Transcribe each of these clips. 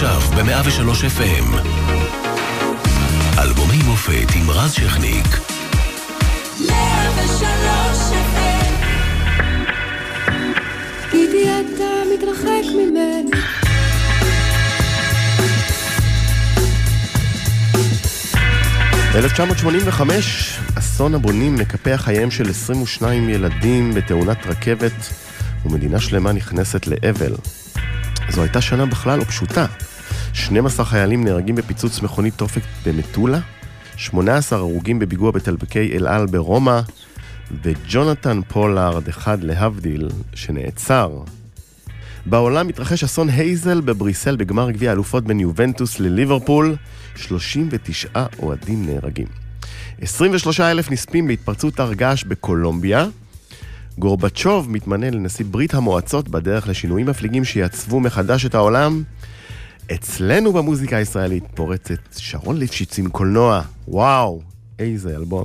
עכשיו ב-103 FM. אלבומי מופת עם רז שכניק. 103 FM. ביבי אתה מתרחק ממני. ב-1985 אסון הבונים מקפח חייהם של 22 ילדים בתאונת רכבת, ומדינה שלמה נכנסת לאבל. זו הייתה שנה בכלל לא פשוטה. 12 חיילים נהרגים בפיצוץ מכונית תופת במטולה, 18 הרוגים בפיגוע בטלפקי אל על ברומא, וג'ונתן פולארד, אחד להבדיל, שנעצר. בעולם מתרחש אסון הייזל בבריסל בגמר גביע האלופות בין יובנטוס לליברפול, 39 אוהדים נהרגים. 23,000 נספים בהתפרצות הרגש בקולומביה. גורבצ'וב מתמנה לנשיא ברית המועצות בדרך לשינויים מפליגים שיעצבו מחדש את העולם. אצלנו במוזיקה הישראלית פורצת שרון ליפשיץ עם קולנוע. וואו, איזה אלבום.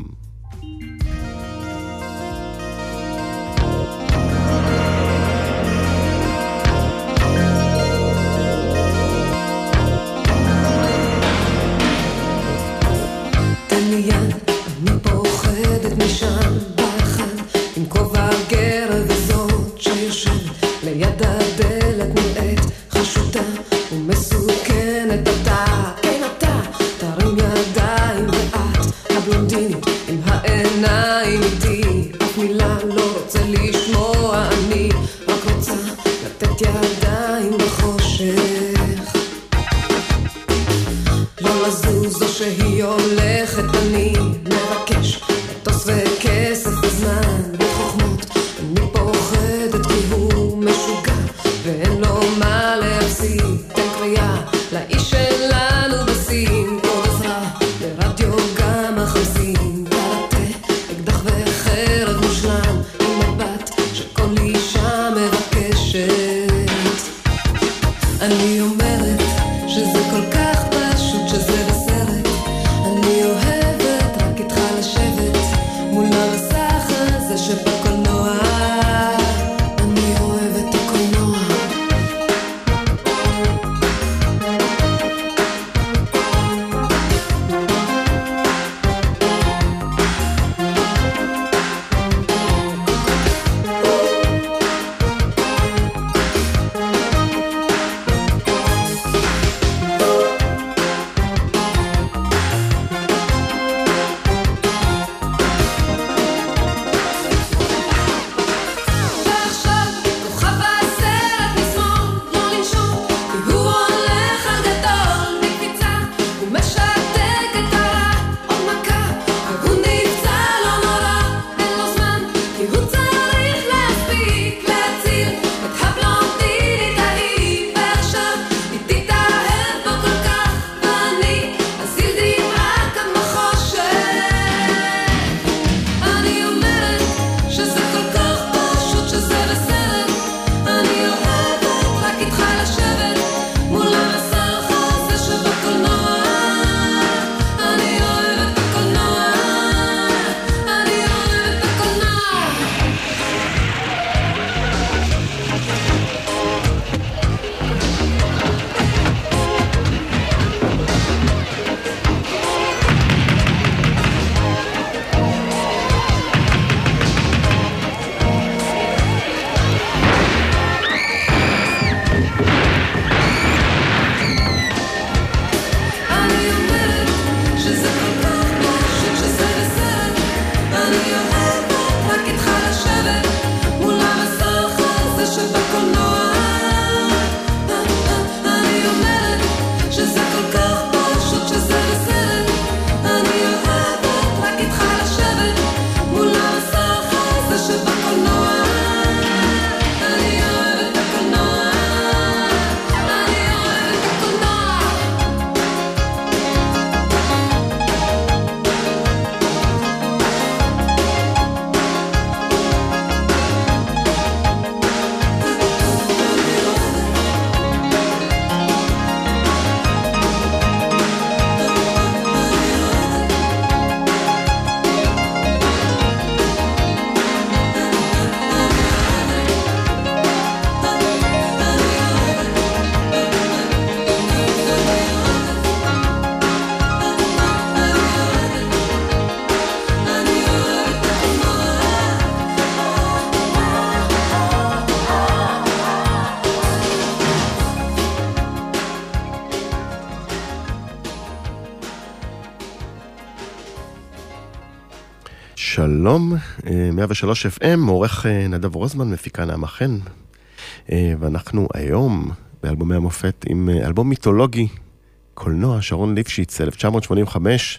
שלום, 103 FM, מעורך נדב רוזמן, מפיקה נעמה חן, ואנחנו היום באלבומי המופת עם אלבום מיתולוגי, קולנוע, שרון ליפשיץ, 1985,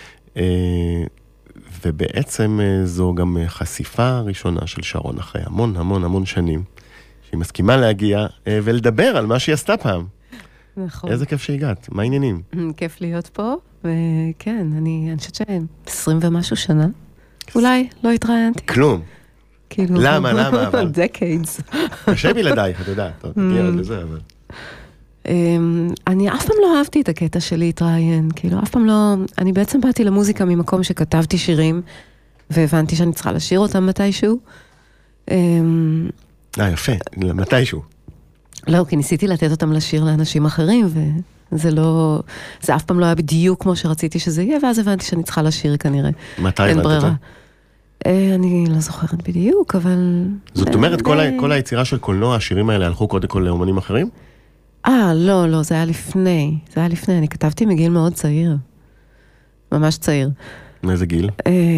ובעצם זו גם חשיפה ראשונה של שרון אחרי המון המון המון שנים, שהיא מסכימה להגיע ולדבר על מה שהיא עשתה פעם. נכון. איזה כיף שהגעת, מה העניינים? כיף להיות פה, וכן, אני חושבת שהם 20 ומשהו שנה. אולי לא התראיינתי. כלום. כאילו, למה? אבל decades. קשה בלעדייך, אתה יודע, אתה תגיע עוד לזה, אבל... אני אף פעם לא אהבתי את הקטע שלי להתראיין, כאילו, אף פעם לא... אני בעצם באתי למוזיקה ממקום שכתבתי שירים, והבנתי שאני צריכה לשיר אותם מתישהו. יפה, מתישהו. לא, כי ניסיתי לתת אותם לשיר לאנשים אחרים, וזה לא... זה אף פעם לא היה בדיוק כמו שרציתי שזה יהיה, ואז הבנתי שאני צריכה לשיר כנראה. מתי אין הבנת את ברירה. זה? אני לא זוכרת בדיוק, אבל... זאת אומרת, כל היצירה של קולנוע, השירים האלה הלכו קודם כל לאומנים אחרים? לא, זה היה לפני. אני כתבתי מגיל מאוד צעיר. ממש צעיר. מאיזה גיל?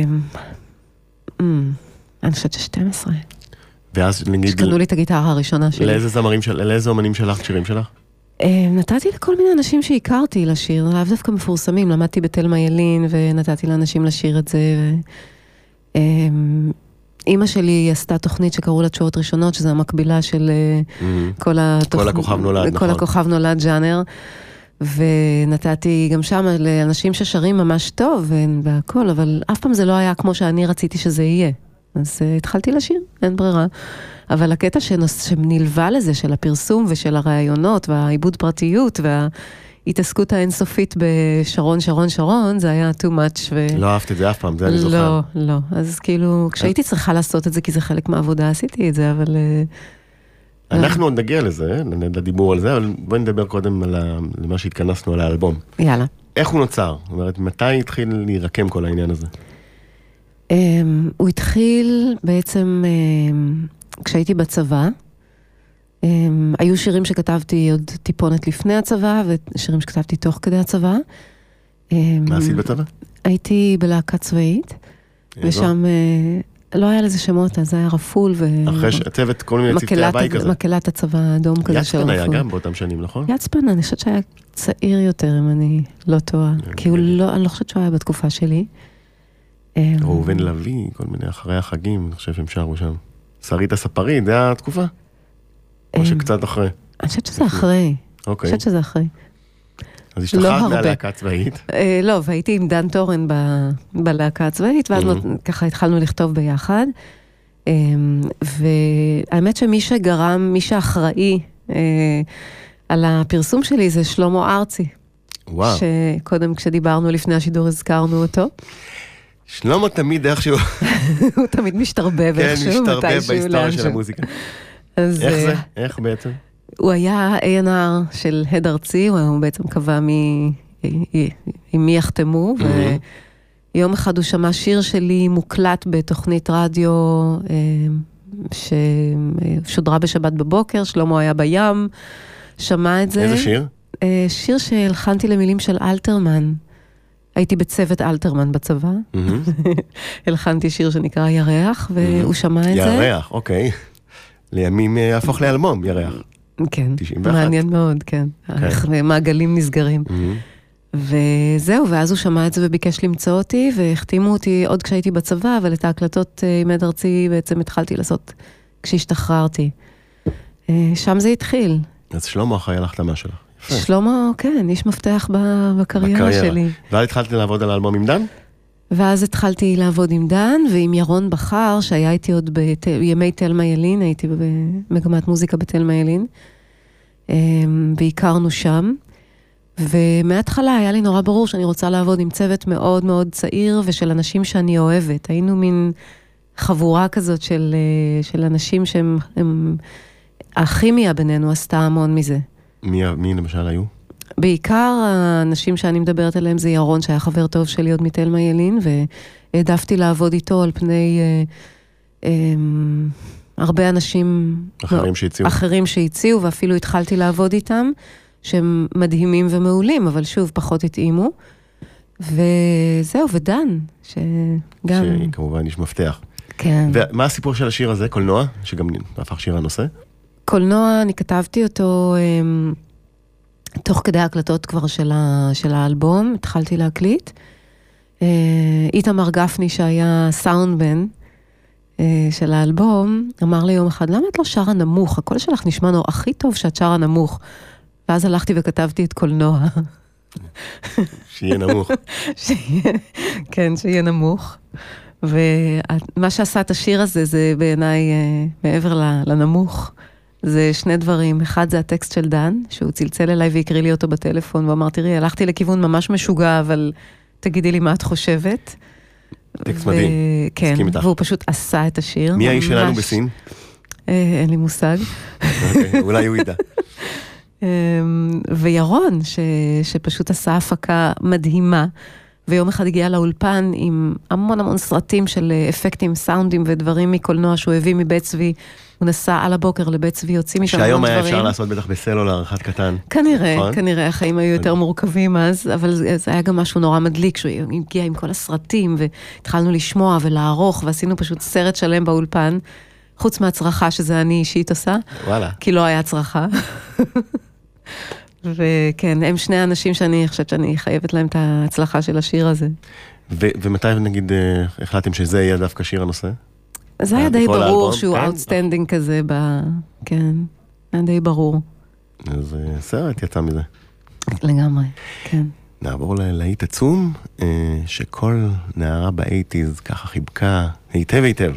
אני חושבת ש12. ואז נגיד... שקנו לי את הגיטרה הראשונה שלי. לאיזה אומנים שלך, שירים שלך? נתתי לכל מיני אנשים שהכרתי לשיר, לאו דווקא מפורסמים. למדתי בתלמה ילין, ונתתי לאנשים לשיר את זה. אמא שלי עשתה תוכנית שקראו לה תשואות ראשונות, שזה המקבילה של כל הכוכב נולד, נכון. כל הכוכב נולד ג'אנר. ונתתי גם שם לאנשים ששרים ממש טוב והכל, אבל אף פעם זה לא היה כמו שאני רציתי שזה יהיה. אז התחלתי לשיר, אין ברירה. אבל הקטע שנלווה לזה של הפרסום ושל הרעיונות והעיבוד פרטיות וההתעסקות האינסופית בשרון, זה היה too much. לא אהבת את זה אף פעם, זה אני זוכר. לא. אז כאילו, כשהייתי צריכה לעשות את זה, כי זה חלק מהעבודה, עשיתי את זה, אבל... אנחנו עוד נגיע לזה, לדיבור על זה, אבל בואי נדבר קודם על מה שהתכנסנו על האלבום. יאללה. איך הוא נוצר? זאת אומרת, מתי התחיל להירקם כל העניין הזה? הוא התחיל בעצם כשהייתי בצבא. היו שירים שכתבתי עוד טיפונת לפני הצבא, ושירים שכתבתי תוך כדי הצבא. מה עשית בצבא? הייתי בלהקה צבאית, ושם לא היה לזה שמות, אז זה היה רפול אחרי צוות כל מיני צוותי הבית כזה. מקהלת הצבא האדום כזה של רפול. יצפן היה גם באותם שנים, נכון? יצפן, אני חושבת שהיה צעיר יותר, אם אני לא טועה. כי אני לא חושבת שהוא היה בתקופה שלי. ראובן לוי, כל מיני אחרי החגים, אני חושב שהם שרו שם. שרית הספרית, זה היה התקופה? או שקצת אחרי? אני חושבת שזה אחרי. אוקיי. אני חושבת שזה אחרי. אז השתחררת מהלהקה הצבאית? לא, והייתי עם דן טורן בלהקה הצבאית, ואז ככה התחלנו לכתוב ביחד. והאמת שמי שגרם, מי שאחראי על הפרסום שלי זה שלמה ארצי. וואו. שקודם כשדיברנו לפני השידור הזכרנו אותו. שלמה תמיד איכשהו... הוא תמיד משתרבב איכשהו. כן, משתרבב בהיסטוריה של המוזיקה. איך זה? איך בעצם? הוא היה A&R של הד ארצי, הוא בעצם קבע עם מי יחתמו, ויום אחד הוא שמע שיר שלי מוקלט בתוכנית רדיו ששודרה בשבת בבוקר, שלמה היה בים, שמע את זה. איזה שיר? שיר שהלחנתי למילים של אלתרמן. הייתי בצוות אלתרמן בצבא. הלחנתי שיר שנקרא ירח, והוא שמע את זה. ירח, אוקיי. לימים הפוך לאלבום, ירח. כן, 91. מעניין מאוד, כן. מעגלים נסגרים. וזהו, ואז הוא שמע את זה וביקש למצוא אותי, והחתימו אותי עוד כשהייתי בצבא, אבל את ההקלטות עם הד ארצי בעצם התחלתי לעשות כשהשתחררתי. שם זה התחיל. אז שלמה אחראי על ההחתמה שלך. שלמה, כן, איש מפתח בקריירה שלי. ואז התחלתי לעבוד על האלבום עם דן? ואז התחלתי לעבוד עם דן, ועם ירון בחר, שהיה איתי עוד בימי תלמה ילין, הייתי במגמת מוזיקה בתלמה ילין, והכרנו שם, ומההתחלה היה לי נורא ברור שאני רוצה לעבוד עם צוות מאוד מאוד צעיר, ושל אנשים שאני אוהבת. היינו מין חבורה כזאת של אנשים שהם... הכימיה בינינו עשתה המון מזה. מי למשל היו? בעיקר האנשים שאני מדברת עליהם זה ירון, שהיה חבר טוב שלי עוד מתלמה ילין, והעדפתי לעבוד איתו על פני הרבה אנשים אחרים שהציעו, ואפילו התחלתי לעבוד איתם, שהם מדהימים ומעולים, אבל שוב, פחות התאימו. וזהו, ודן, שגם... שכמובן יש מפתח. כן. ומה הסיפור של השיר הזה, קולנוע, שגם הפך שיר הנושא? קולנוע, אני כתבתי אותו תוך כדי ההקלטות כבר של האלבום, התחלתי להקליט. איתמר גפני, שהיה סאונדמן של האלבום, אמר לי יום אחד, למה את לא שרה נמוך? הקול שלך נשמע הכי טוב שאת שרה נמוך. ואז הלכתי וכתבתי את קולנוע. שיהיה נמוך. כן, שיהיה נמוך. ומה שעשה את השיר הזה, זה בעיניי מעבר לנמוך. זה שני דברים. אחד זה הטקסט של דן, שהוא צלצל אליי והקריא לי אותו בטלפון, ואמר, תראי, הלכתי לכיוון ממש משוגע, אבל תגידי לי מה את חושבת. טקסט מדהים. כן, והוא פשוט עשה את השיר. מי האיש שלנו בסין? אין לי מושג. אולי הוא ידע. וירון, שפשוט עשה הפקה מדהימה, ויום אחד הגיע לאולפן עם המון סרטים של אפקטים, סאונדים ודברים מקולנוע שהוא הביא מבית צבי, הוא נסע על הבוקר לבית צבי, יוצאים משם המון דברים. שהיום היה אפשר לעשות בטח בסלולר, אחד קטן. כנראה, החיים היו יותר מורכבים אז, אבל זה היה גם משהו נורא מדליק, שהוא הגיע עם כל הסרטים, והתחלנו לשמוע ולערוך, ועשינו פשוט סרט שלם באולפן, חוץ מהצרחה שזה אני אישית עושה. וואלה. כי לא היה צרחה. וכן, הם שני האנשים שאני חושבת שאני חייבת להם את ההצלחה של השיר הזה. ומתי נגיד החלטתם שזה יהיה דווקא שיר הנושא? זה היה די ברור שהוא אאוטסטנדינג כזה, כן, היה די ברור. אז סרט יצא מזה. לגמרי, כן. נעבור ללהיט עצום, שכל נערה ב-80s ככה חיבקה היטב היטב.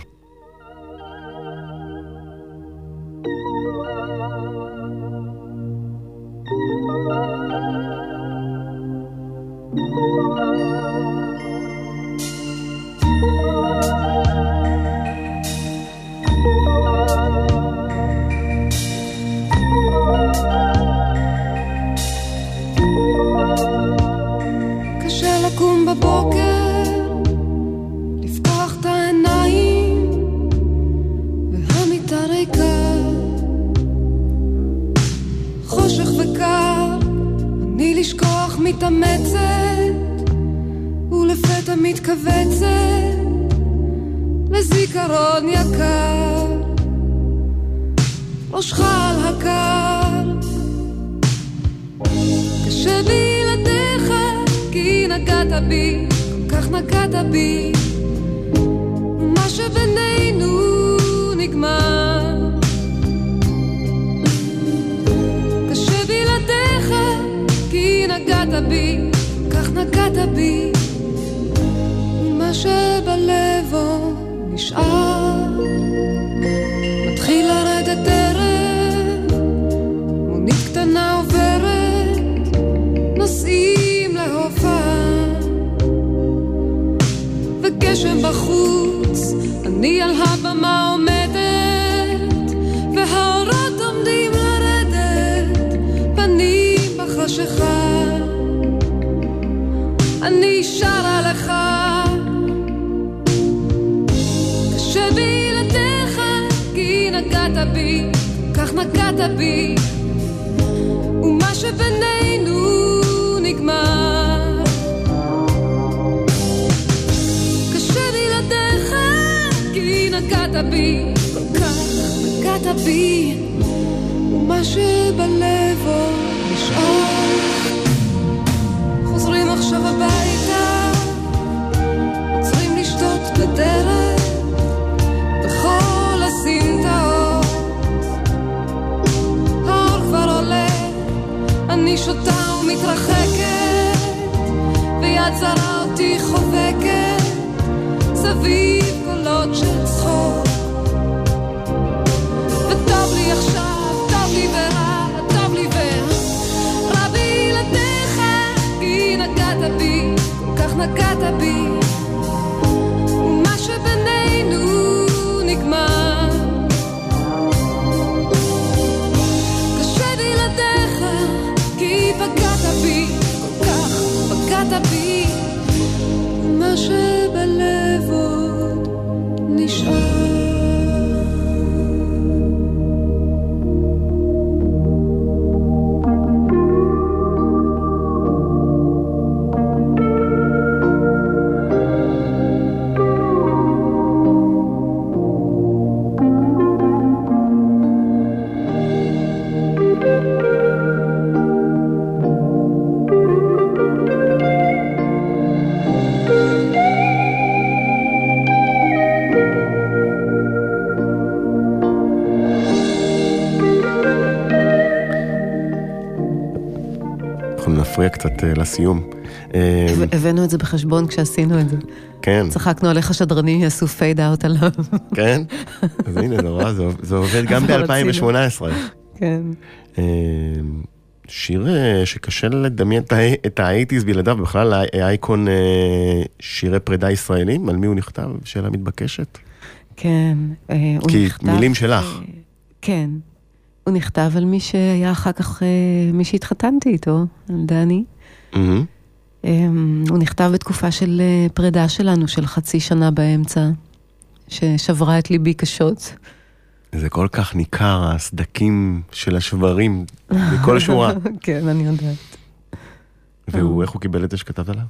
לזיכרון יקר, ראשך על הקר, קשה בלעדיך כי נגעת בי, כל כך נגעת בי, ומה שבינינו נגמר. קשה בלעדיך כי נגעת בי, כל כך נגעת בי, ומה שבלב נשאר. מתחיל לרדת ערב, מונית קטנה עוברת, נוסעים להופעה, וגשם בחוץ, אני על הבמה עומדת, והאורות עומדים לרדת, פנים בחשיכה, אני שרה לך שבלעדיך כי נגעת בי, כך נגעת בי, ומה שבינינו נגמר. קשה בלעדיך כי נגעת בי, כל כך נגעת בי, ומה שבלב נשאר. חוזרים עכשיו הביתה, עוצרים לשתות בדרך בכל הסמטאות, האור כבר עולה, אני שותה ומתרחקת, ויד זרה אותי חובקת, סביב קולות של צחוק, וטוב לי עכשיו, טוב לי ורע, טוב לי ורע בלעדיך, כי נגעת בי, כל כך נגעת בי, ומה שבינינו נגמר. קשה בלעדיך כי פגעת בי, כל כך פגעת בי, ומה שבלב עוד נשאר. אנחנו נפריע קצת לסיום. הבאנו את זה בחשבון כשעשינו את זה. כן. צחקנו על איך השדרנים יעשו פייד אאוט עליו. כן? אז הנה, נורא, זה עובד גם ב-2018. כן. שיר שקשה לדמיין את ה-80s בלעדיו, בכלל אייקון שירי פרידה ישראלים, על מי הוא נכתב? שאלה מתבקשת. כן. כי מילים שלך. כן. הוא נכתב על מי שהיה אחר כך, מי שהתחתנתי איתו, על דני. הוא נכתב בתקופה של פרידה שלנו, של חצי שנה באמצע, ששברה את ליבי קשות. זה כל כך ניכר, הסדקים של השברים, בכל שורה. כן, אני יודעת. איך הוא קיבל את זה שכתבת עליו?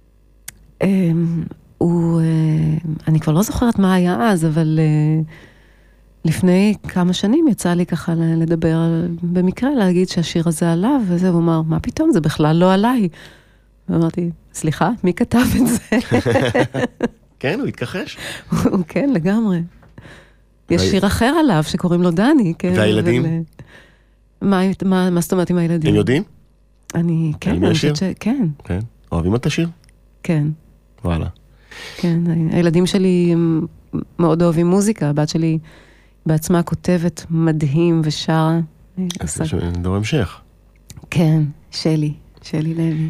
אני כבר לא זוכרת מה היה אז, אבל לפני כמה שנים יצא לי ככה לדבר, במקרה להגיד שהשיר הזה עליו, וזה, הוא אמר, מה פתאום, זה בכלל לא עליי. ואמרתי, סליחה, מי כתב את זה? כן, הוא התכחש. כן, לגמרי. יש שיר אחר עליו שקוראים לו דני. והילדים? מה זאת אומרת עם הילדים? הם יודעים? כן, אני חושבת כן. כן. אוהבים את השיר? כן. וואלה. כן, הילדים שלי מאוד אוהבים מוזיקה, הבת שלי בעצמה כותבת מדהים ושרה. אז יש דור המשך. כן, שלי לוי.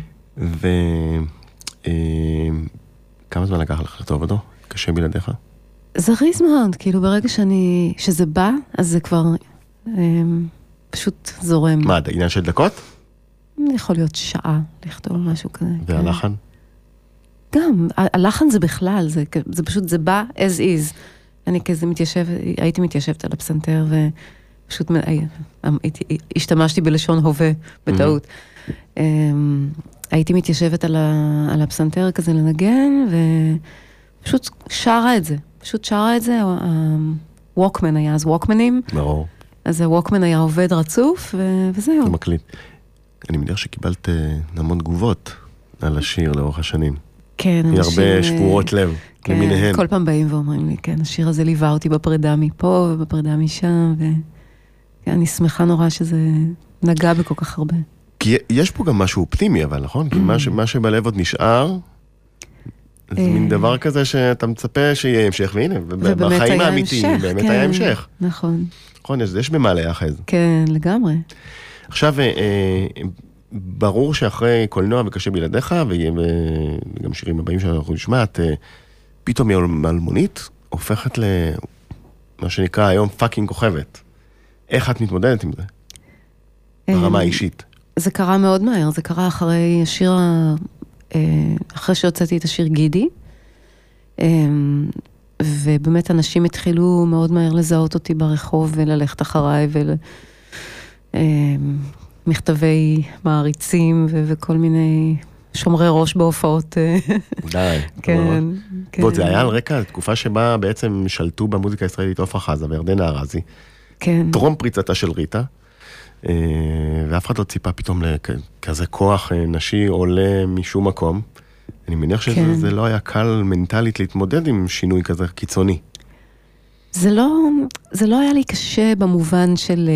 כמה זמן לקח לך לכתוב אותו? קשה בלעדיך? זריז מאוד, כאילו ברגע שזה בא, אז זה כבר פשוט זורם. מה, עניין של דקות? יכול להיות שעה לכתוב משהו כזה. והלחן? גם, הלחן זה בכלל, זה פשוט, זה בא as is. אני כזה הייתי מתיישבת על הפסנתר, ופשוט השתמשתי בלשון הווה, בטעות. הייתי מתיישבת על הפסנתר כזה לנגן, ופשוט שרה את זה. ווקמן היה אז ווקמנים. ברור. אז הווקמן היה עובד רצוף, וזהו. זה מקליט. אני מניח שקיבלת המון תגובות על השיר לאורך השנים. כן, אנשים... הרבה שבורות לב, למיניהן. כל פעם באים ואומרים לי, כן, השיר הזה ליווה אותי בפרידה מפה ובפרידה משם, ואני שמחה נורא שזה נגע בכל כך הרבה. כי יש פה גם משהו אופטימי, אבל נכון? כי מה שבלב עוד נשאר, זה מין דבר כזה שאתה מצפה שיהיה המשך, והנה, בחיים האמיתיים באמת היה המשך. נכון. נכון, יש במה להיאחז. כן, לגמרי. עכשיו, ברור שאחרי קולנוע וקשה בלעדיך, וגם שירים הבאים שאנחנו נשמעת, פתאום אלמונית הופכת למה שנקרא היום פאקינג כוכבת. איך את מתמודדת עם זה? ברמה האישית. זה קרה מאוד מהר, זה קרה אחרי השיר, אחרי שהוצאתי את השיר גידי, ובאמת אנשים התחילו מאוד מהר לזהות אותי ברחוב וללכת אחריי מכתבי מעריצים וכל מיני שומרי ראש בהופעות. די. כן. ועוד זה היה על רקע, תקופה שבה בעצם שלטו במוזיקה הישראלית עופרה חזה וירדנה ארזי. כן. טרום פריצתה של ריטה. ואף אחד לא ציפה פתאום לכזה כוח נשי עולה משום מקום. אני מניח שזה לא היה קל מנטלית להתמודד עם שינוי כזה קיצוני. זה לא היה לי קשה במובן של...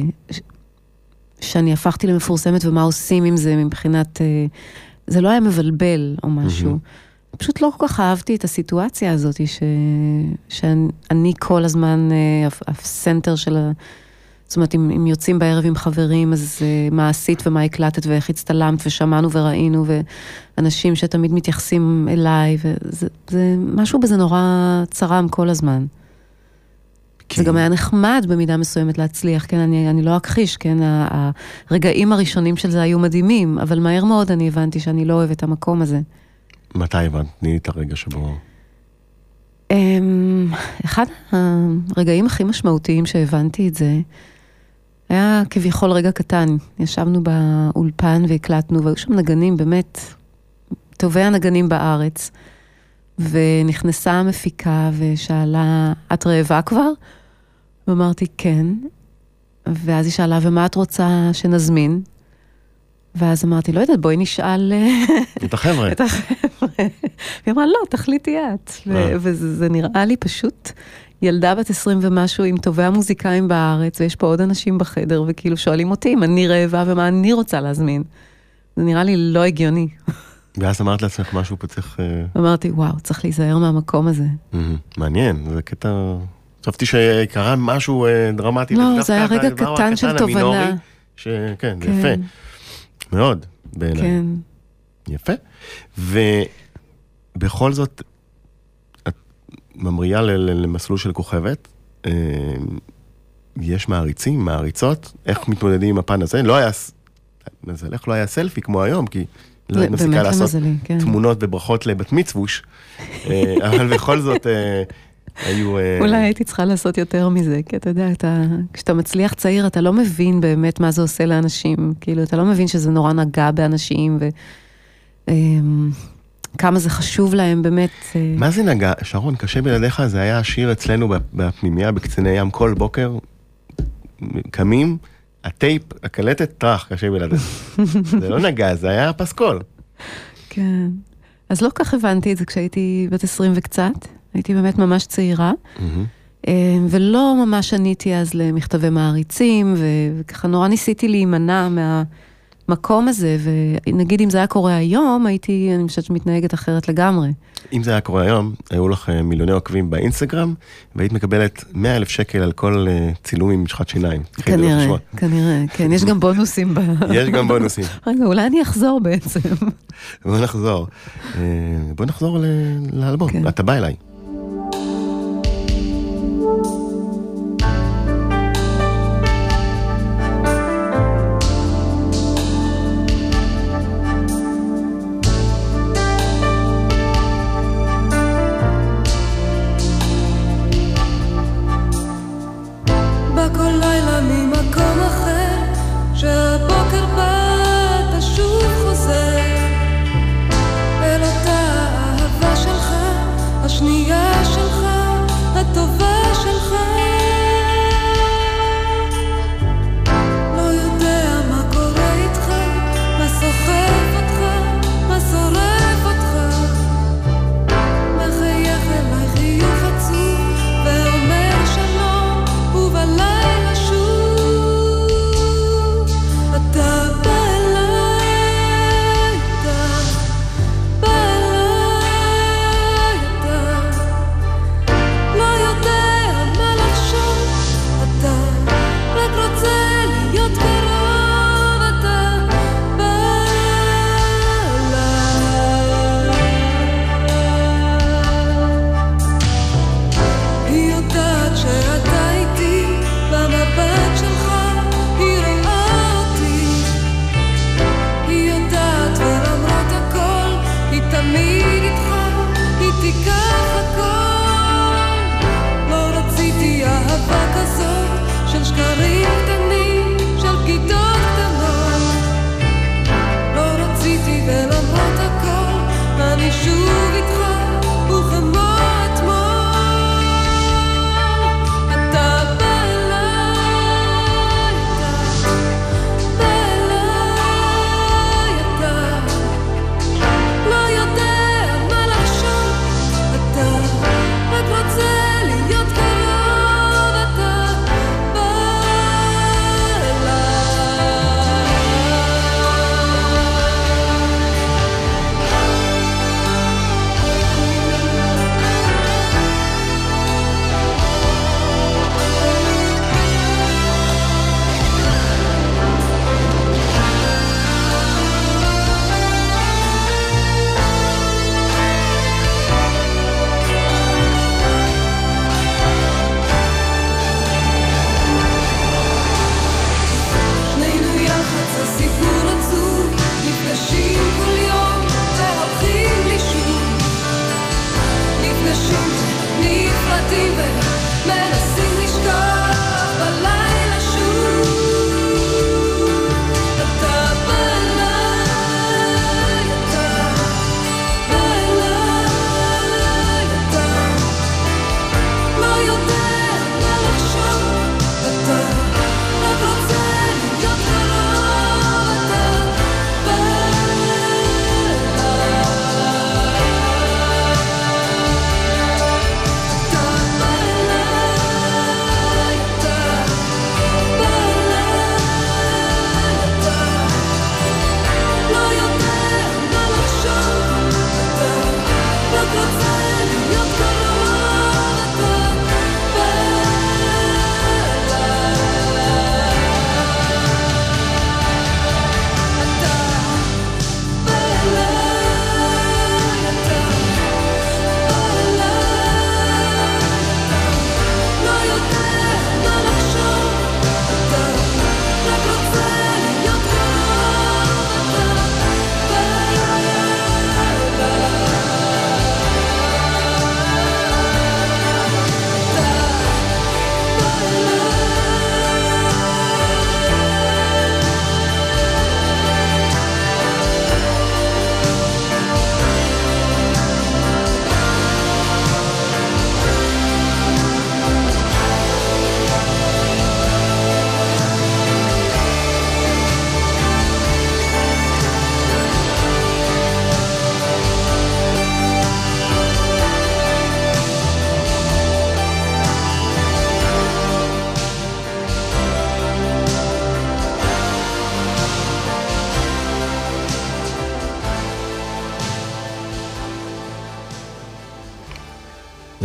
שאני הפכתי למפורסמת ומה עושים עם זה מבחינת, זה לא היה מבלבל או משהו. פשוט לא כל כך אהבתי את הסיטואציה הזאת, שאני כל הזמן הסנטר של, זאת אומרת, אם יוצאים בערב עם חברים, אז מה עשית ומה הקלטת ואיך הצטלמת ושמענו וראינו, ואנשים שתמיד מתייחסים אליי, וזה משהו בזה נורא צרם כל הזמן. זה גם היה נחמד במידה מסוימת להצליח, כן, אני לא אכחיש, כן, הרגעים הראשונים של זה היו מדהימים, אבל מהר מאוד אני הבנתי שאני לא אוהבת את המקום הזה. מתי הבנת? תני את הרגע שבו... אחד הרגעים הכי משמעותיים שהבנתי את זה, היה כביכול רגע קטן. ישבנו באולפן והקלטנו, והיו שם נגנים באמת, טובי הנגנים בארץ, ונכנסה המפיקה ושאלה, את רעבה כבר? ואמרתי, כן. ואז היא שאלה, ומה את רוצה שנזמין? ואז אמרתי, לא יודעת, בואי נשאל... את החבר'ה. את החבר'ה. והיא אמרה, לא, תחליטי את. וזה נראה לי פשוט ילדה בת 20 ומשהו עם טובי המוזיקאים בארץ, ויש פה עוד אנשים בחדר, וכאילו שואלים אותי אם אני רעבה ומה אני רוצה להזמין. זה נראה לי לא הגיוני. ואז אמרת לעצמך משהו פה צריך... אמרתי, וואו, צריך להיזהר מהמקום הזה. מעניין, זה קטע... חשבתי שקרה משהו דרמטי. לא, זה היה רגע קטן של תובנה. כן, זה יפה. מאוד, בעיניי. כן. יפה. ובכל זאת, את ממריאה למסלול של כוכבת, יש מעריצים, מעריצות, איך מתמודדים עם הפן הזה? לא היה סלפי כמו היום, כי לא היית מסיקה לעשות תמונות וברכות לבת מצווש, אבל בכל זאת היו... אולי הייתי צריכה לעשות יותר מזה, כי אתה יודע, כשאתה מצליח צעיר, אתה לא מבין באמת מה זה עושה לאנשים, כאילו, אתה לא מבין שזה נורא נגע באנשים, וכמה זה חשוב להם באמת. מה זה נגע? שרון, קשה בלעדיך, זה היה השיר אצלנו בפנימיה, בקציני ים, כל בוקר, קמים, הטייפ, הקלטת, טרח, קשה בלעדיך. זה לא נגע, זה היה פסקול. כן. אז לא כך הבנתי את זה כשהייתי בת 20 וקצת. הייתי באמת ממש צעירה. ולא ממש עניתי אז למכתבי מעריצים, וככה נורא ניסיתי להימנע מהמקום הזה, ונגיד אם זה היה קורה היום, אני חושבת שמתנהגת אחרת לגמרי. אם זה היה קורה היום, היו לך מיליוני עוקבים באינסטגרם, והיית מקבלת 100,000 שקל על כל צילום עם משחת שיניים. כנראה, כן, יש גם בונוסים. יש גם בונוסים. רגע, אולי אני אחזור בעצם. בוא נחזור לאלבום, אתה בא אליי.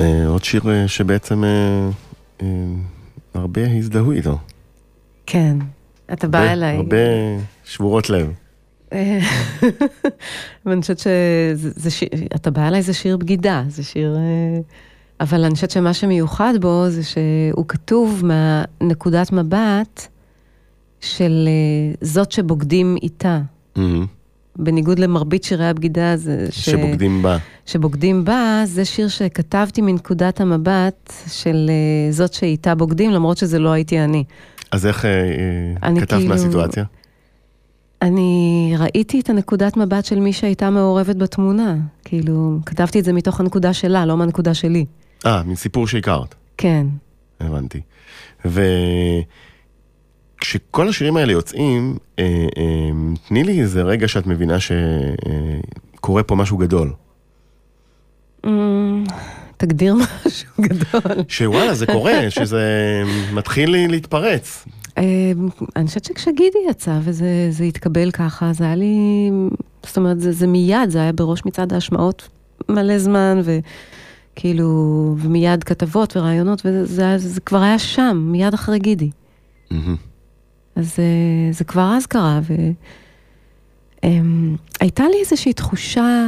עוד שיר שבעצם הרבה הזדהו איתו. כן, אתה בא אליי. הרבה שבורות לב. ואני חושבת שאתה בא אליי זה שיר בגידה, זה שיר... אבל אני חושבת שמה שמיוחד בו זה שהוא כתוב מהנקודת מבט של זאת שבוגדים איתה. בניגוד למרבית שירי הבגידה, שבוגדים בה. שבוגדים בה, זה שיר שכתבתי מנקודת המבט של זאת שאיתה בוגדים, למרות שזה לא הייתי אני. אז איך כתבת מהסיטואציה? אני ראיתי את הנקודת מבט של מי שהייתה מעורבת בתמונה. כאילו, כתבתי את זה מתוך הנקודה שלה, לא מהנקודה שלי. מסיפור שהכרת. כן. הבנתי. כשכל השירים האלה יוצאים, תני לי איזה רגע שאת מבינה שקורה פה משהו גדול. תגדיר משהו גדול. שוואלה, זה קורה, שזה מתחיל להתפרץ. אני חושבת שכשגידי יצא וזה התקבל ככה, זה היה לי, זאת אומרת, זה מיד, זה היה בראש מצד ההשמעות מלא זמן, וכאילו, ומיד כתבות ורעיונות, וזה כבר היה שם, מיד אחרי גידי. אז זה כבר אז קרה, והייתה לי איזושהי תחושה,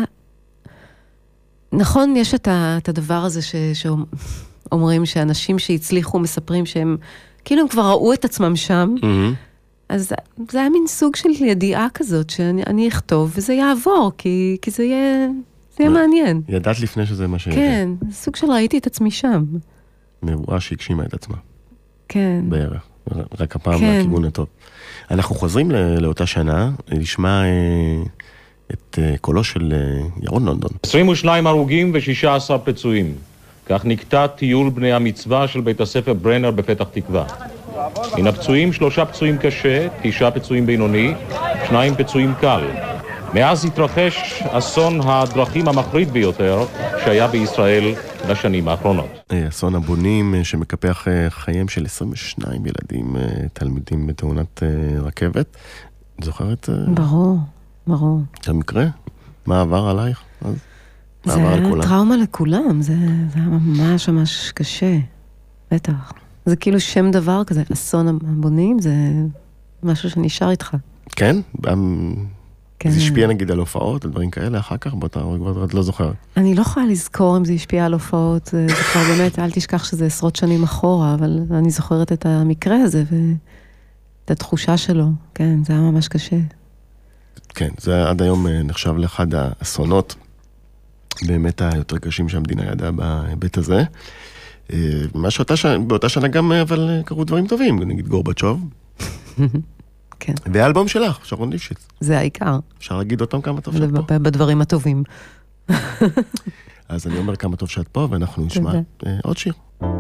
נכון, יש את הדבר הזה שאומרים שאנשים שהצליחו מספרים שהם, כאילו הם כבר ראו את עצמם שם, אז זה היה מין סוג של ידיעה כזאת, שאני אכתוב וזה יעבור, כי זה יהיה מעניין. ידעת לפני שזה מה שיהיה. כן, סוג של ראיתי את עצמי שם. נבואה שהגשימה את עצמה. כן. בערך. רק הפעם לכיוון הטוב. אנחנו חוזרים לאותה שנה, לשמע את קולו של ירון לונדון. 22 הרוגים ו16 פצועים. כך נקטע טיול בני המצווה של בית הספר ברנר בפתח תקווה. מן הפצועים 3 פצועים קשה, 9 פצועים בינוני, 2 פצועים קל. מאז התרחש אסון הדרכים המחריד ביותר שהיה בישראל בשנים האחרונות. אסון הבונים שמקפח חיים של 22 ילדים, תלמידים בתאונת רכבת. זוכרת? ברור, ברור. זה המקרה? מה עבר עלייך? זה היה טראומה לכולם, זה היה ממש ממש קשה, בטח. זה כאילו שם דבר כזה, אסון הבונים, זה משהו שנשאר איתך. כן? זה השפיע נגיד על הופעות, על דברים כאלה, אחר כך באותה רגע, לא זוכרת. אני לא יכולה לזכור אם זה השפיע על הופעות, זה כבר באמת, אל תשכח שזה עשרות שנים אחורה, אבל אני זוכרת את המקרה הזה, ואת התחושה שלו, כן, זה היה ממש קשה. כן, זה עד היום נחשב לאחד האסונות, באמת היותר קשים שהמדינה ידעה בהיבט הזה. מה באותה שנה גם, אבל קרו דברים טובים, נגיד גורבצ'וב. כן. והאלבום שלך, שרון ליפשיץ. זה העיקר. אפשר להגיד אותם כמה טוב שאת פה. בדברים הטובים. אז אני אומר כמה טוב שאת פה, ואנחנו נשמע עוד שיר.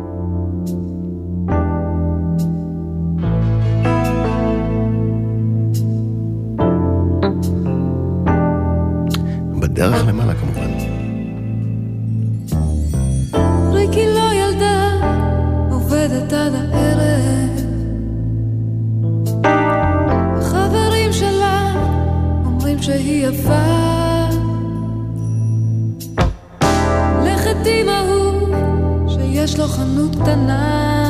בדרך למעלה כמובן. ריקי לא ילדה, עובדת עד הערב. החברים שלה אומרים שהיא יפה. לכת עם ההוא שיש לו חנות קטנה.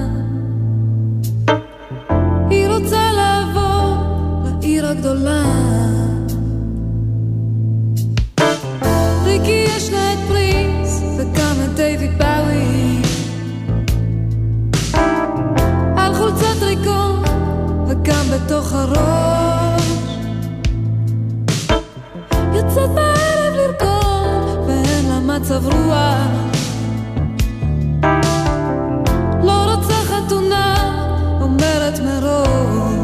היא רוצה לעבור לעיר הגדולה. ריקי יש לה את פרינס וגם את דיוויד באוי. על חולצת ריקון וגם בתוך הראש. יוצאת בערב לרקוד ואין לה מצב רוח. לא רוצה חתונה, אומרת מראש.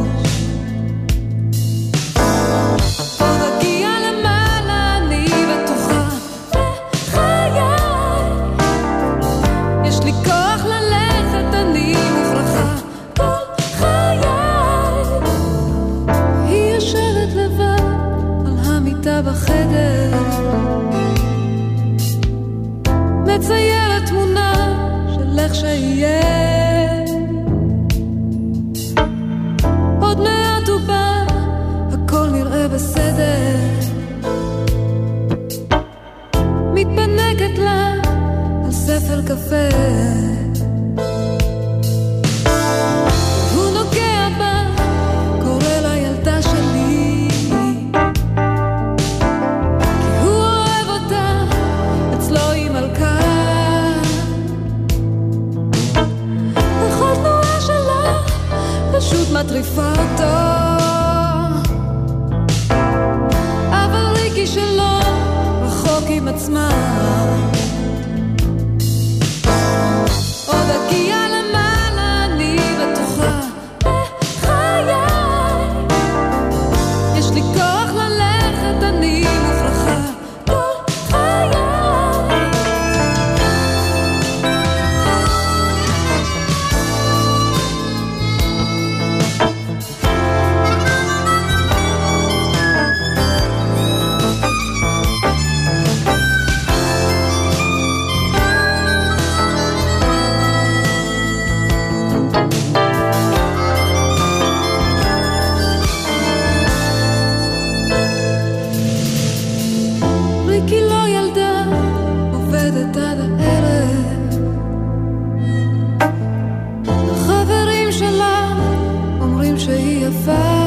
בחדר מציירת תמונה של איך שיהיה. עוד מעט הוא בא, הכל נראה בסדר. מתפנקת לה על ספר קפה, הוא נוגע בה, קורא לה ילדה שלי, כי הוא אוהב אותה, אצלו היא מלכה, וכל תנועה שלה פשוט מטריפה אותו, אבל ריקי שלו רחוק עם עצמה, עוד הגיע למעלה, אני בטוחה בחיי, יש לי כוח ללכת, אני מופרחה כל חיי. ריקי לא ילדה, עובדת עד הערב, החברים שלה אומרים שהיא יפה,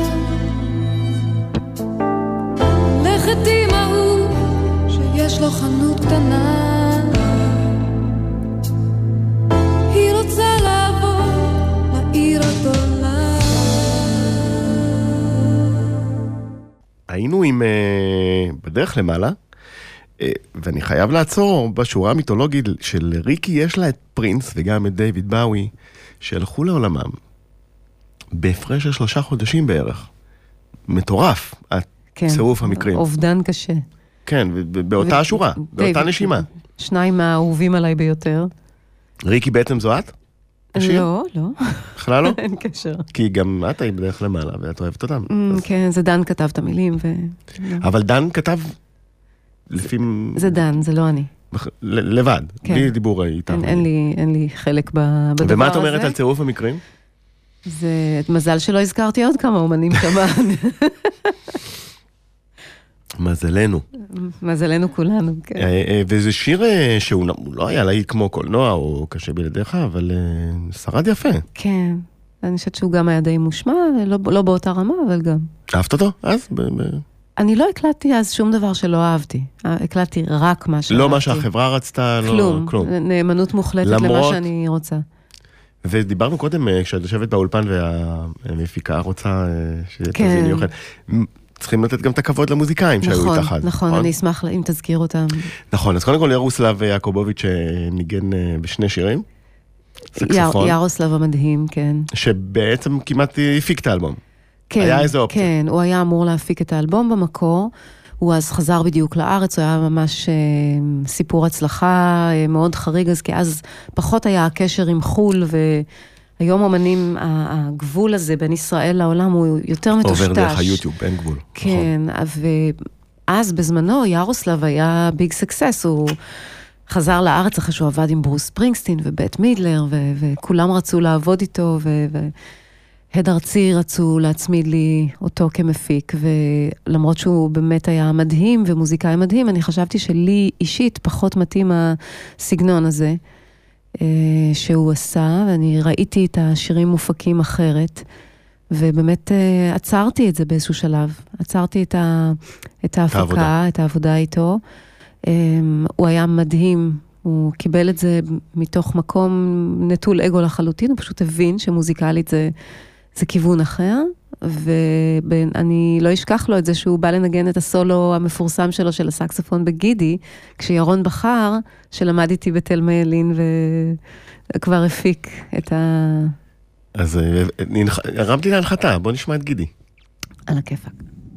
הולכת עם ההוא שיש לו חנות קטנה, היא רוצה לעבור לעיר הגדולה. היינו עם בדרך למעלה, ואני חייב לעצור בשורה המיתולוגית של ריקי, יש לה את פרינס וגם את דיוויד באוי, שהלכו לעולמם בהפרש של 3 חודשים בערך. מטורף, הצירוף המקרים. אובדן קשה. כן, באותה השורה, באותה נשימה. שניים מהאהובים עליי ביותר. ריקי בעצם זו את? לא, לא. בכלל לא? אין קשר. כי גם את היית בדרך למעלה, ואת אוהבת אותם. כן, זה דן כתב את המילים. אבל דן כתב לפי... זה דן, זה לא אני. לבד, בלי דיבור איתה. אין לי חלק בדבר הזה. ומה את אומרת על צירוף המקרים? זה מזל שלא הזכרתי עוד כמה אומנים כמה. מזלנו. מזלנו כולנו, כן. וזה שיר שהוא לא היה להיט כמו קולנוע או קשה בלעדיך, אבל שרד יפה. כן, אני חושבת שהוא גם היה די מושמע, לא באותה רמה, אבל גם. אהבת אותו? אז? אני לא הקלטתי אז שום דבר שלא אהבתי. הקלטתי רק מה שאהבתי. לא מה שהחברה רצתה, לא כלום. נאמנות מוחלטת למה שאני רוצה. ודיברנו קודם, כשאת יושבת באולפן והמפיקה רוצה שתזיני אוכל. צריכים לתת גם את הכבוד למוזיקאים שהיו איתך. נכון, אני אשמח אם תזכיר אותם. נכון, אז קודם כל ירוסלב יעקובוביץ' ניגן בשני שירים. ירוסלב המדהים, כן. שבעצם כמעט הפיק את האלבום. כן, היה איזה אופציה. כן, הוא היה אמור להפיק את האלבום במקור, הוא אז חזר בדיוק לארץ, הוא היה ממש סיפור הצלחה מאוד חריג, אז כי אז פחות היה הקשר עם חול, והיום אומנים, הגבול הזה בין ישראל לעולם הוא יותר מטושטש. עובר דרך היוטיוב, אין גבול. כן, ואז בזמנו ירוסלב היה ביג סקסס, הוא חזר לארץ אחרי שהוא עבד עם ברוס ספרינגסטין ובית מידלר, וכולם רצו לעבוד איתו, הד ארצי רצו להצמיד לי אותו כמפיק, ולמרות שהוא באמת היה מדהים ומוזיקאי מדהים, אני חשבתי שלי אישית פחות מתאים הסגנון הזה שהוא עשה, ואני ראיתי את השירים מופקים אחרת, ובאמת עצרתי את זה באיזשהו שלב, עצרתי את ההפקה, את העבודה איתו, הוא היה מדהים, הוא קיבל את זה מתוך מקום נטול אגו לחלוטין, הוא פשוט הבין שמוזיקלית זה כיוון אחר, ואני לא אשכח לו את זה שהוא בא לנגן את הסולו המפורסם שלו של הסקסופון בגידי, כשירון בחר, שלמד איתי בתל מיילין, וכבר הפיק את אז הרמתי להנחתה, בוא נשמע את גידי. על הכיפק.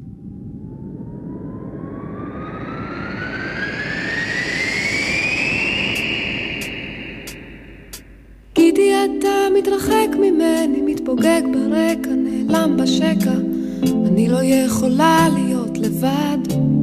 גידי אתה מתרחק ממני, מתפוגג ברקע, נעלם בשקע, אני לא יכולה להיות לבד.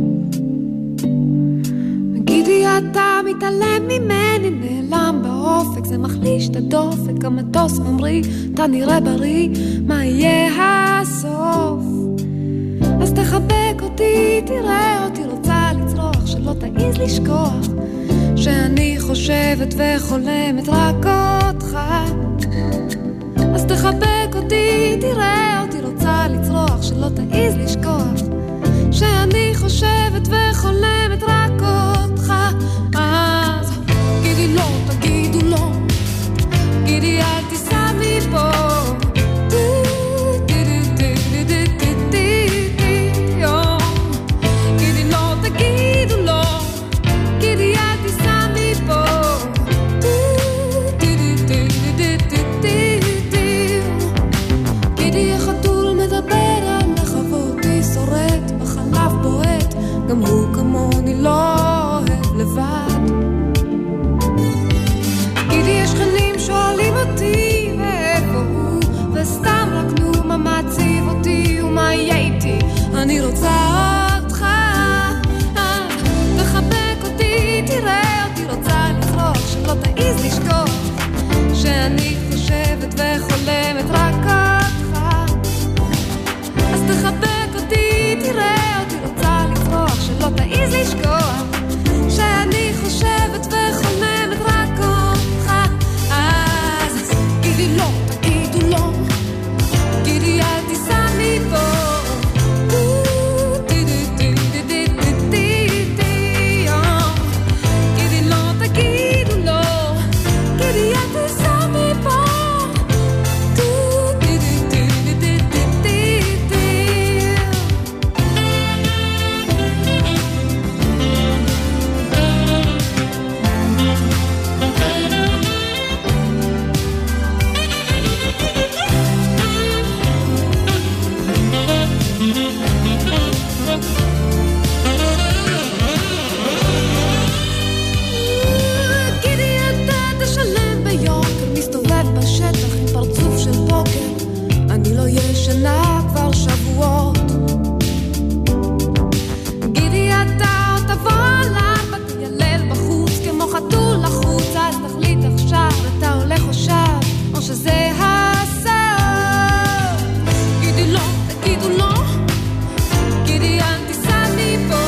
גידי אתה מתעלם ממני, נעלם באופק, זה מחליש את הדופק, המטוס ממריא, אתה נראה בריא, מה יהיה הסוף? אז תחבק אותי, תראה אותי, רוצה לצרוח, שלא תעיז לשכוח שאני חושבת וחולמת רק אותך. אז תחבק אותי, תראה אותי רוצה לצרוח, שלא תעיז לשכוח שאני חושבת וחולמת רק אותך. אז גידי לא, תגידו לא, גידי אל תיסע מפה. גידי לא, תגידו לא, גידי אל תיסע מפה. גידי החתול מדבר על לחבותי, שורט בחלב בועט, גם הוא כמוני לא אוהב לבד. גידי יש שכנים שואלים אותי ואיפה הוא, וסתם רק נו מה מעציב אותי ומה יהיה איתי. אני רוצה אותך, תחבק אותי, תראה אותי רוצה לצרוח, שלא תעיז לשכוח שאני חושבת וחולמת רק אותך. אז תחבק אותי, תראה אותי רוצה לצרוח, שלא תעיז לשכוח שאני חושבת וחולמת רק אותך. אז גידי לא, תגידו לא, גידי אל תיסע מפה. גידי לא, תגידו לא, גידי אל תיסע מפה. גידי אתה תשלם ביוקר, מסתובב בשטח עם פרצוף של פוקר, אני לא ישנה כבר שבועות. גידי אתה עוד תבוא עליו ותיילל בחוץ כמו חתול לחוץ, אז תחליט עכשיו אתה הולך עכשיו או שזה הסוף. גידי לא, תגידו לא, גידי אל תיסע מפה.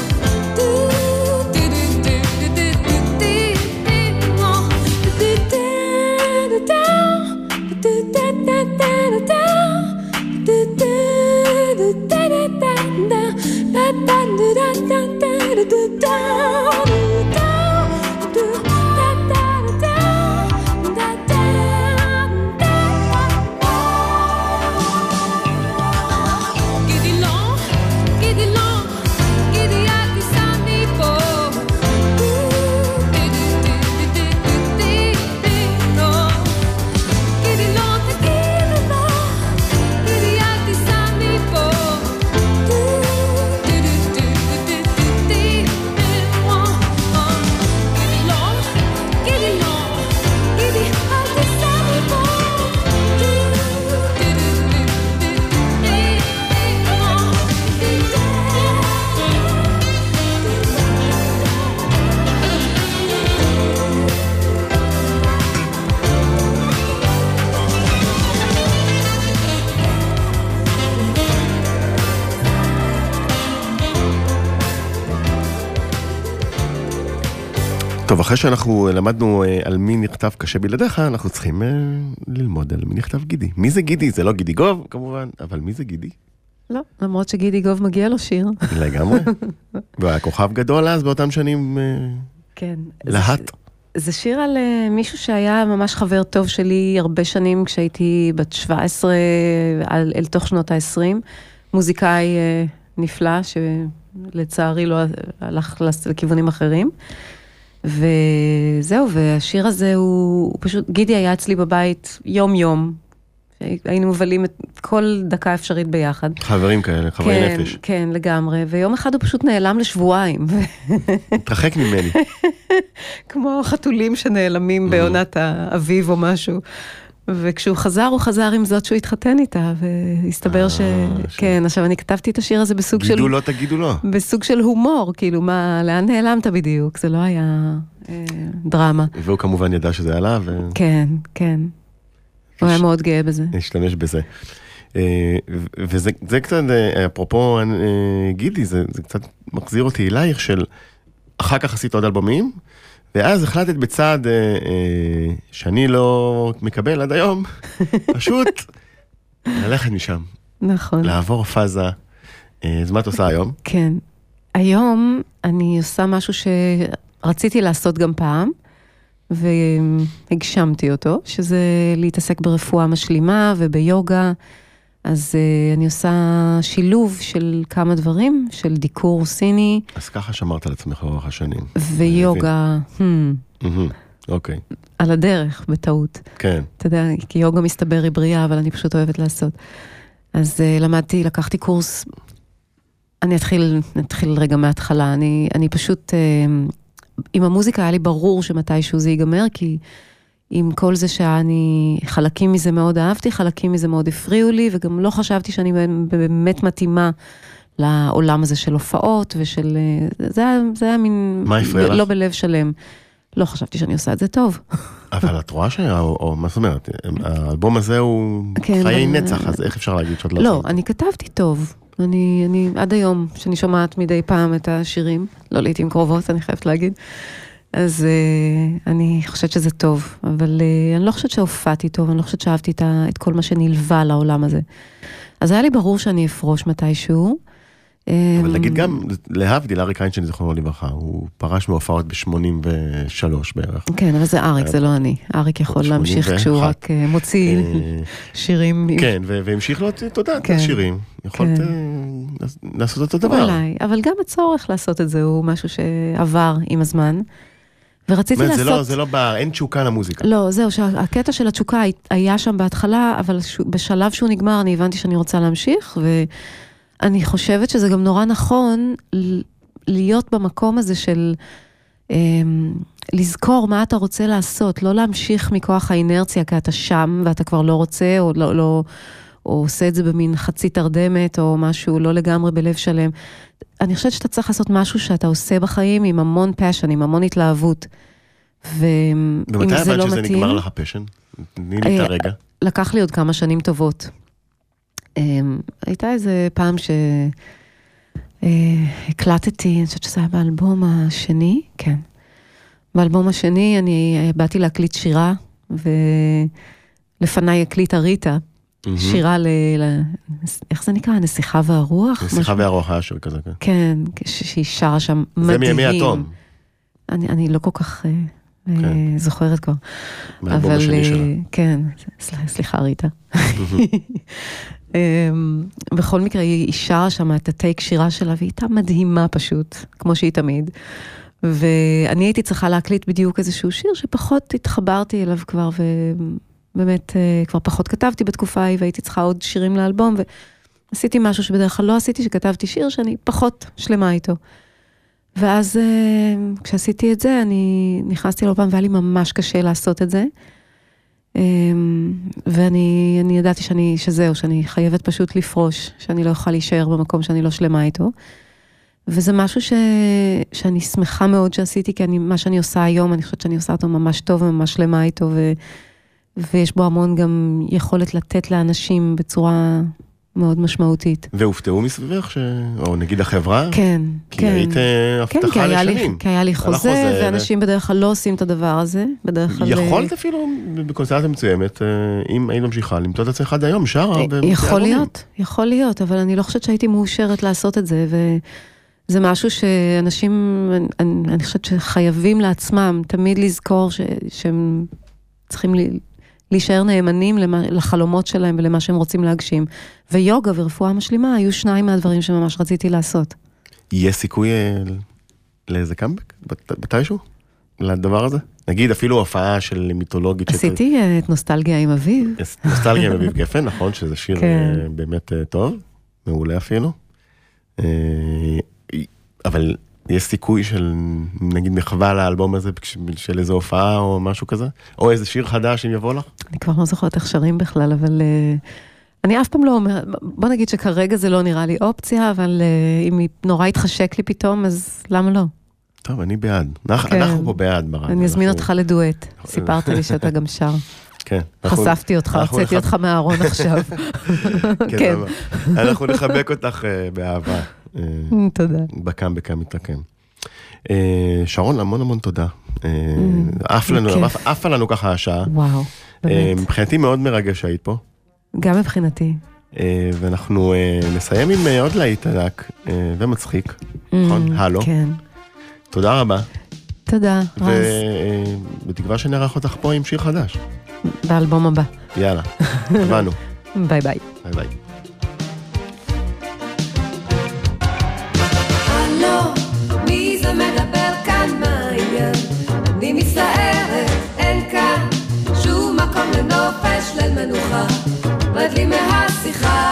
גידי לא, גידי לא, גידי אל תיסע מפה. גידי לא, תגידו לא, גידי אל תיסע מפה. טוב, אחרי שאנחנו למדנו על מי נכתב קשה בלעדיך, אנחנו צריכים ללמוד על מי נכתב גידי. מי זה גידי? זה לא גידי גוב, כמובן, אבל מי זה גידי? לא, למרות שגידי גוב מגיע לו שיר. לגמרי. והיה כוכב גדול אז באותם שנים כן. להט. זה שיר על מישהו שהיה ממש חבר טוב שלי הרבה שנים כשהייתי בת 17 אל תוך שנות ה-20. מוזיקאי נפלא שלצערי לא הלך לכיוונים אחרים. וזהו, והשיר הזה הוא פשוט, גידי היה אצלי בבית יום יום, היינו מבלים את כל דקה אפשרית ביחד. חברים כאלה, חברי נפש. כן, לגמרי, ויום אחד הוא פשוט נעלם לשבועיים. התרחק ממני. כמו חתולים שנעלמים בעונת האביב או משהו. וכשהוא חזר, הוא חזר עם זאת שהוא התחתן איתה, והסתבר כן, עכשיו אני כתבתי את השיר הזה בסוג של... גידו לא, תגידו לא. בסוג של הומור, כאילו, לאן נעלמת בדיוק? זה לא היה דרמה. והוא כמובן ידע שזה עלה, כן, כן. הוא היה מאוד גאה בזה. להשתמש בזה. וזה קצת, אפרופו גידי, זה קצת מחזיר אותי אלייך של, אחר כך עשית עוד אלבומים, ואז החלטת בצעד שאני לא מקבל עד היום, פשוט ללכת משם. נכון. לעבור פאזה. אז מה את עושה היום? כן. היום אני עושה משהו שרציתי לעשות גם פעם, והגשמתי אותו, שזה להתעסק ברפואה משלימה וביוגה. אז אני עושה שילוב של כמה דברים, של דיקור סיני. אז ככה שמרת על עצמך לאורך השנים. ויוגה. אוקיי. על הדרך, בטעות. כן. אתה יודע, כי יוגה מסתבר היא בריאה, אבל אני פשוט אוהבת לעשות. אז למדתי, לקחתי קורס, אני אתחיל רגע מההתחלה, אני פשוט, עם המוזיקה היה לי ברור שמתישהו זה ייגמר, כי עם כל זה שאני, חלקים מזה מאוד אהבתי, חלקים מזה מאוד הפריעו לי, וגם לא חשבתי שאני באמת מתאימה לעולם הזה של הופעות, ושל, זה היה מין, מה הפריע לך? לא בלב שלם. לא חשבתי שאני עושה את זה טוב. אבל את רואה או מה זאת אומרת, האלבום הזה הוא חיי נצח, אז איך אפשר להגיד שאת לא... לא, אני כתבתי טוב. אני עד היום, שאני שומעת מדי פעם את השירים, לא לעתים קרובות, אני חייבת להגיד, אז אני חושבת שזה טוב, אבל אני לא חושבת שהופעתי טוב, אני לא חושבת שאהבתי את כל מה שנלווה לעולם הזה. אז היה לי ברור שאני אפרוש מתישהו. אבל נגיד גם, להבדיל, אריק איינשטיין זכרונו לברכה, הוא פרש מהופעות ב-83 בערך. כן, אבל זה אריק, זה לא אני. אריק יכול להמשיך כשהוא רק מוציא שירים. כן, והמשיך לו, תודה, את השירים. יכולת לעשות אותו דבר. אולי, אבל גם הצורך לעשות את זה הוא משהו שעבר עם הזמן. ורציתי לעשות... זה לא בער, אין תשוקה למוזיקה. לא, זהו, שהקטע של התשוקה היה שם בהתחלה, אבל בשלב שהוא נגמר אני הבנתי שאני רוצה להמשיך, אני חושבת שזה גם נורא נכון להיות במקום הזה של לזכור מה אתה רוצה לעשות, לא להמשיך מכוח האינרציה, כי אתה שם ואתה כבר לא רוצה, או עושה את זה במין חצי תרדמת, או משהו לא לגמרי בלב שלם. אני חושבת שאתה צריך לעשות משהו שאתה עושה בחיים עם המון פשן, עם המון התלהבות. ואם זה לא מתאים... ומתי הבאת שזה נגמר לך פשן? תני לי את הרגע. לקח לי עוד כמה שנים טובות. הייתה איזה פעם שהקלטתי, אני חושבת שזה היה באלבום השני, כן. באלבום השני אני באתי להקליט שירה, ולפניי הקליטה ריטה, שירה איך זה נקרא? הנסיכה והרוח? הנסיכה והרוח היה שיר כזה, כן. כן, שהיא שרה שם מדהים. זה מימי התום. אני לא כל כך זוכרת כבר. באלבום השני שלה. כן, סליחה ריטה. בכל מקרה היא שרה שם את הטייק שירה שלה, והיא הייתה מדהימה פשוט, כמו שהיא תמיד. ואני הייתי צריכה להקליט בדיוק איזשהו שיר שפחות התחברתי אליו כבר, ובאמת כבר פחות כתבתי בתקופה ההיא, והייתי צריכה עוד שירים לאלבום, ועשיתי משהו שבדרך כלל לא עשיתי, שכתבתי שיר שאני פחות שלמה איתו. ואז כשעשיתי את זה, אני נכנסתי לאלבום, והיה לי ממש קשה לעשות את זה. ואני ידעתי שאני חייבת פשוט לפרוש, שאני לא יכולה להישאר במקום שאני לא שלמה איתו. וזה משהו שאני שמחה מאוד שעשיתי, כי מה שאני עושה היום, אני חושבת שאני עושה אותו ממש טוב וממש שלמה איתו, ויש בו המון גם יכולת לתת לאנשים בצורה מאוד משמעותית. והופתעו מסביבך, או נגיד החברה? כן, כי היית הבטחה לשנים. כי היה לי חוזה, ואנשים בדרך כלל לא עושים את הדבר הזה, בדרך כלל... יכולת אפילו, בקונסטלציה מצוימת, אם היית ממשיכה, למצוא את עצמך עד היום, שרה. יכול להיות, אבל אני לא חושבת שהייתי מאושרת לעשות את זה, וזה משהו שאנשים, אני חושבת שחייבים לעצמם, תמיד לזכור שהם צריכים להישאר נאמנים לחלומות שלהם ולמה שהם רוצים להגשים. ויוגה ורפואה משלימה היו שניים מהדברים שממש רציתי לעשות. יש סיכוי לאיזה קאמבק? מתישהו? לדבר הזה? נגיד אפילו הופעה של מיתולוגית. עשיתי את נוסטלגיה עם אביב. נוסטלגיה עם אביב גפן, נכון, שזה שיר באמת טוב, מעולה אפילו. אבל יש סיכוי של, נגיד, מחווה לאלבום הזה של איזו הופעה או משהו כזה? או איזה שיר חדש אם יבוא לך? אני כבר לא זוכרת איך שרים בכלל, אבל אני אף פעם לא אומר, בוא נגיד שכרגע זה לא נראה לי אופציה, אבל אם נורא יתחשק לי פתאום, אז למה לא? טוב, אני בעד. אנחנו פה בעד ברדיו. אני אזמין אותך לדואט. סיפרת לי שאתה גם שר. כן. חשפתי אותך, הוצאתי אותך מהארון עכשיו. כן. אנחנו נחבק אותך באהבה. תודה. בקם מתרקם. שרון, המון המון תודה. עפה לנו ככה השעה. וואו, באמת. מבחינתי מאוד מרגש שהיית פה. גם מבחינתי. ואנחנו נסיים עם עוד להיט ענק ומצחיק, נכון? הלו. כן. תודה רבה. תודה, רז. ובתקווה שנערך אותך פה עם שיר חדש. באלבום הבא. יאללה, הבנו. ביי ביי. ביי ביי. הלו, מי זה מדבר כאן, מה העניין? אני מצטערת, אין כאן שום מקום לנופש, ליל מנוחה, רד לי מהשיחה.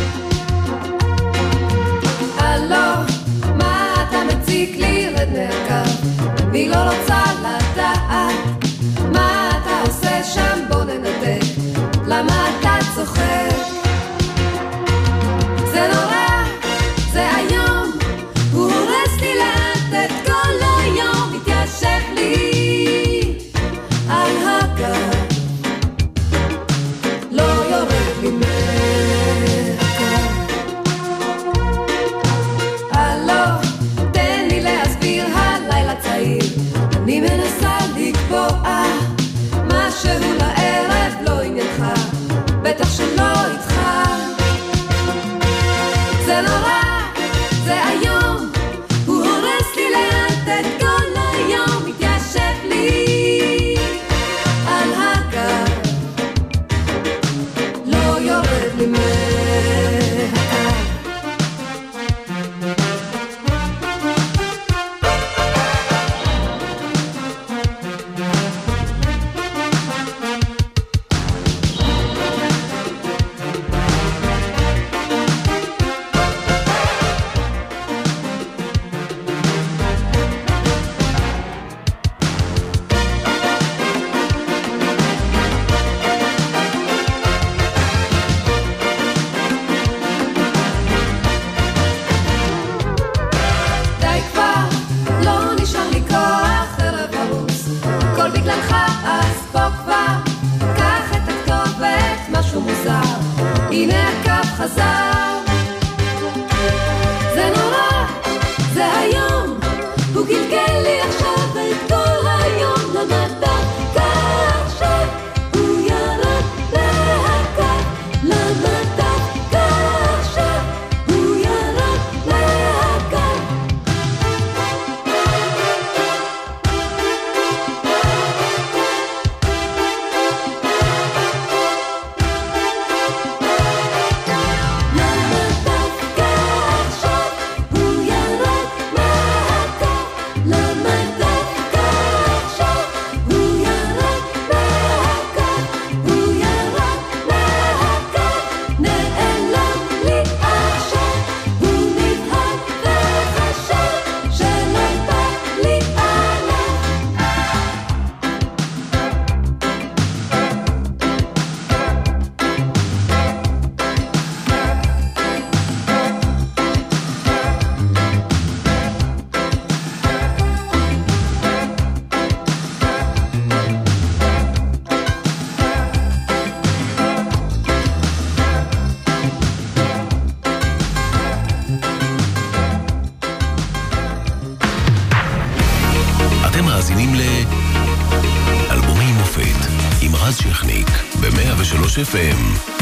הלו, מה אתה מציק לי, רד מהקו, אני לא רוצה לדעת מה אתה עושה שם, בוא ננתק, למה אתה צוחק? זה נורא, זה היום, הוא הורס לי לאט את כל היום, מתיישב לי על הגב, לא יורד לי מהקו. הלו, תן לי להסביר, הלילה צעיר, אני מנסה לקבוע משהו לערב, לא עניינך, בטח שלא איתך. זה נורא, זה היום, הוא הורס לי לאט את כל היום, מתיישב לי על הגב, לא יורד לי מהקו. הנה הקו חזר, זה נורא, זה היום, הוא גלגל לי עכשיו את כל היום למדע, עכשיו הוא ירד להקו, למדע, עכשיו הוא ירד להקו. אתם מאזינים לאלבומי מופת עם רז שכניק ב-103 FM.